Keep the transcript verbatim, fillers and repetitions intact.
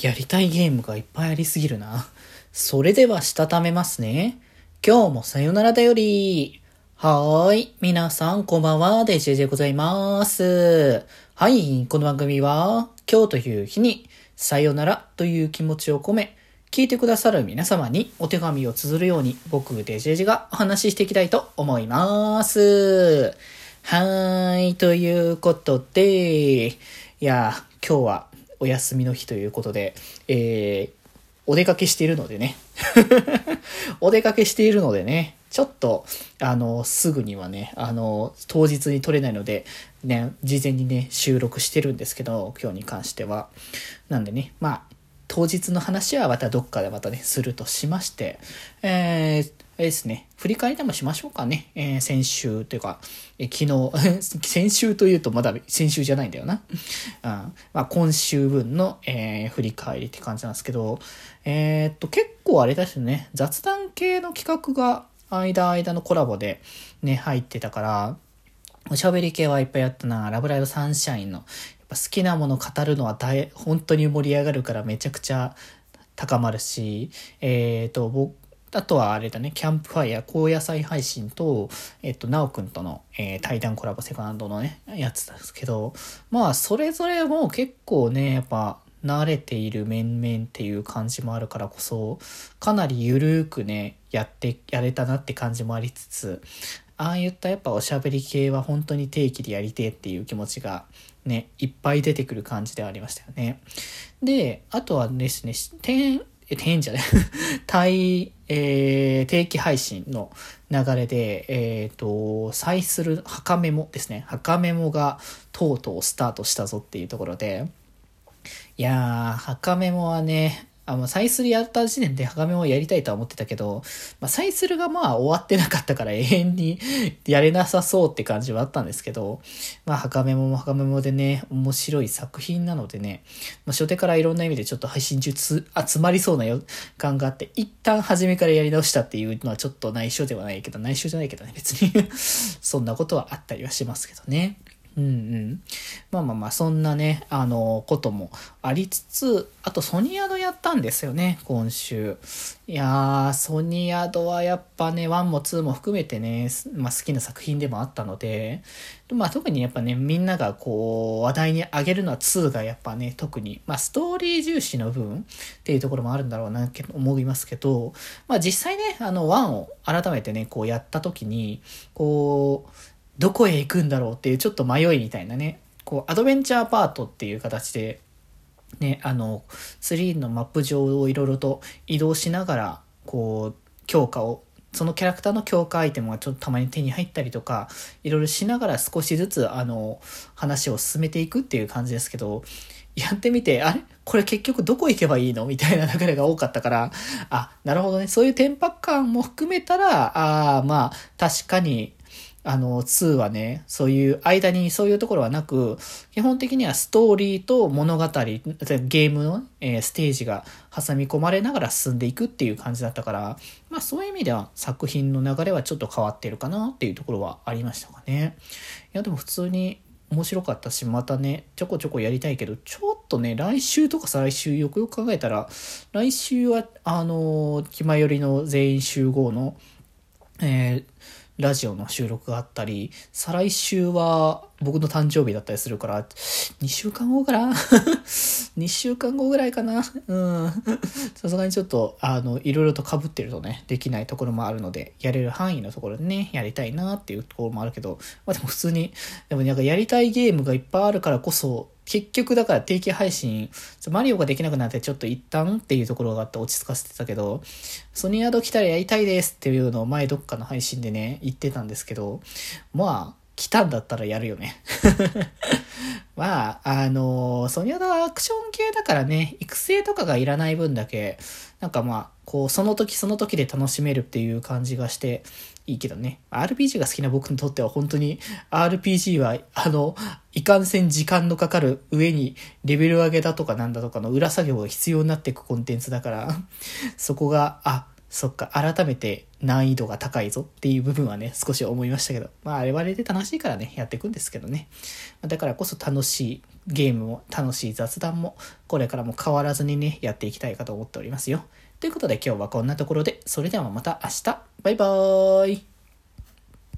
やりたいゲームがいっぱいありすぎるな。それではしたためますね。今日もさよならだより。はーい。皆さんこんばんは。デジェジでございます。はい。この番組は今日という日にさよならという気持ちを込め、聞いてくださる皆様にお手紙を綴るように僕デジェジがお話ししていきたいと思います。はーい。ということで、いや、今日はお休みの日ということで、えー、お出かけしているのでね。お出かけしているのでね、ちょっと、あの、すぐにはね、あの、当日に撮れないので、ね、事前にね、収録してるんですけど、今日に関しては。なんでね、まあ、当日の話はまたどっかでまたね、するとしまして、えー、あれですね、振り返りでもしましょうかね。えー、先週というか、えー、昨日、先週というとまだ先週じゃないんだよな。うん、まあ、今週分の、えー、振り返りって感じなんですけど、えー、っと、結構あれだしね、雑談系の企画が間間のコラボでね、入ってたから、おしゃべり系はいっぱいやったな。ラブライブサンシャインの。やっぱ好きなもの語るのは大本当に盛り上がるからめちゃくちゃ高まるし、えっと、僕、あとはあれだね、キャンプファイヤー、高野菜配信と、えっと、なおくんとの、えー、対談コラボセカンドのね、やつですけど、まあ、それぞれも結構ね、やっぱ、慣れている面々っていう感じもあるからこそ、かなりゆるーくね、やって、やれたなって感じもありつつ、ああいったやっぱおしゃべり系は本当に定期でやりてえっていう気持ちがね、いっぱい出てくる感じではありましたよね。で、あとはですね、点、え、点じゃない対、えー、定期配信の流れで、えっと、再する墓メモですね。墓メモがとうとうスタートしたぞっていうところで、いやー、墓メモはね、あの、サイスルやった時点で墓メモをやりたいとは思ってたけど、まあ、サイスルがまあ終わってなかったから永遠にやれなさそうって感じはあったんですけど、まあ、墓メモも墓メモでね、面白い作品なのでね、まあ、初手からいろんな意味でちょっと配信中つ集まりそうな予感があって、一旦初めからやり直したっていうのはちょっと内緒ではないけど、内緒じゃないけどね、別にそんなことはあったりはしますけどね。うんうん。まあまあまあ、そんなね、あの、こともありつつ、あとソニアドやったんですよね、今週。いやー、ソニアドはやっぱね、ワンもツーも含めてね、まあ好きな作品でもあったので、まあ特にやっぱね、みんながこう、話題に上げるのはツーがやっぱね、特に、まあストーリー重視の部分っていうところもあるんだろうな、と思いますけど、まあ実際ね、あの、ワンを改めてね、こうやった時に、こう、どこへ行くんだろうっていうちょっと迷いみたいなね、こうアドベンチャーパートっていう形でね、あのスリーのマップ上をいろいろと移動しながらこう強化をそのキャラクターの強化アイテムがちょっとたまに手に入ったりとかいろいろしながら少しずつあの話を進めていくっていう感じですけど、やってみてあれこれ結局どこ行けばいいのみたいな流れが多かったから、あ、なるほどね、そういうテンパ感も含めたら、あまあ確かにあの、ツーはね、そういう間にそういうところはなく、基本的にはストーリーと物語、ゲームの、えー、ステージが挟み込まれながら進んでいくっていう感じだったから、まあそういう意味では作品の流れはちょっと変わってるかなっていうところはありましたかね。いやでも普通に面白かったし、またね、ちょこちょこやりたいけど、ちょっとね、来週とか再来週よくよく考えたら、来週は、あのー、気前よりの全員集合の、えー、ラジオの収録があったり、再来週は僕の誕生日だったりするから、にしゅうかんごかなにしゅうかんごぐらいかなうん。さすがにちょっと、あの、いろいろと被ってるとね、できないところもあるので、やれる範囲のところでね、やりたいなっていうところもあるけど、まあでも普通に、でもなんかやりたいゲームがいっぱいあるからこそ、結局だから定期配信、マリオができなくなってちょっと一旦っていうところがあって落ち着かせてたけど、ソニアド来たらやりたいですっていうのを前どっかの配信でね、言ってたんですけど、まあ、来たんだったらやるよね。まあ、あの、ソニアドはアクション系だからね、育成とかがいらない分だけ、なんかまあ、こう、その時その時で楽しめるっていう感じがしていいけどね。アールピージー が好きな僕にとっては本当に アールピージー は、あの、いかんせん時間のかかる上にレベル上げだとかなんだとかの裏作業が必要になっていくコンテンツだから、そこが、あ、 そっか、改めて難易度が高いぞっていう部分はね、少し思いましたけど、まあ、あれはあれで楽しいからね、やっていくんですけどね。だからこそ楽しいゲームも、楽しい雑談も、これからも変わらずにね、やっていきたいかと思っておりますよ。ということで今日はこんなところで、それではまた明日、バイバーイ。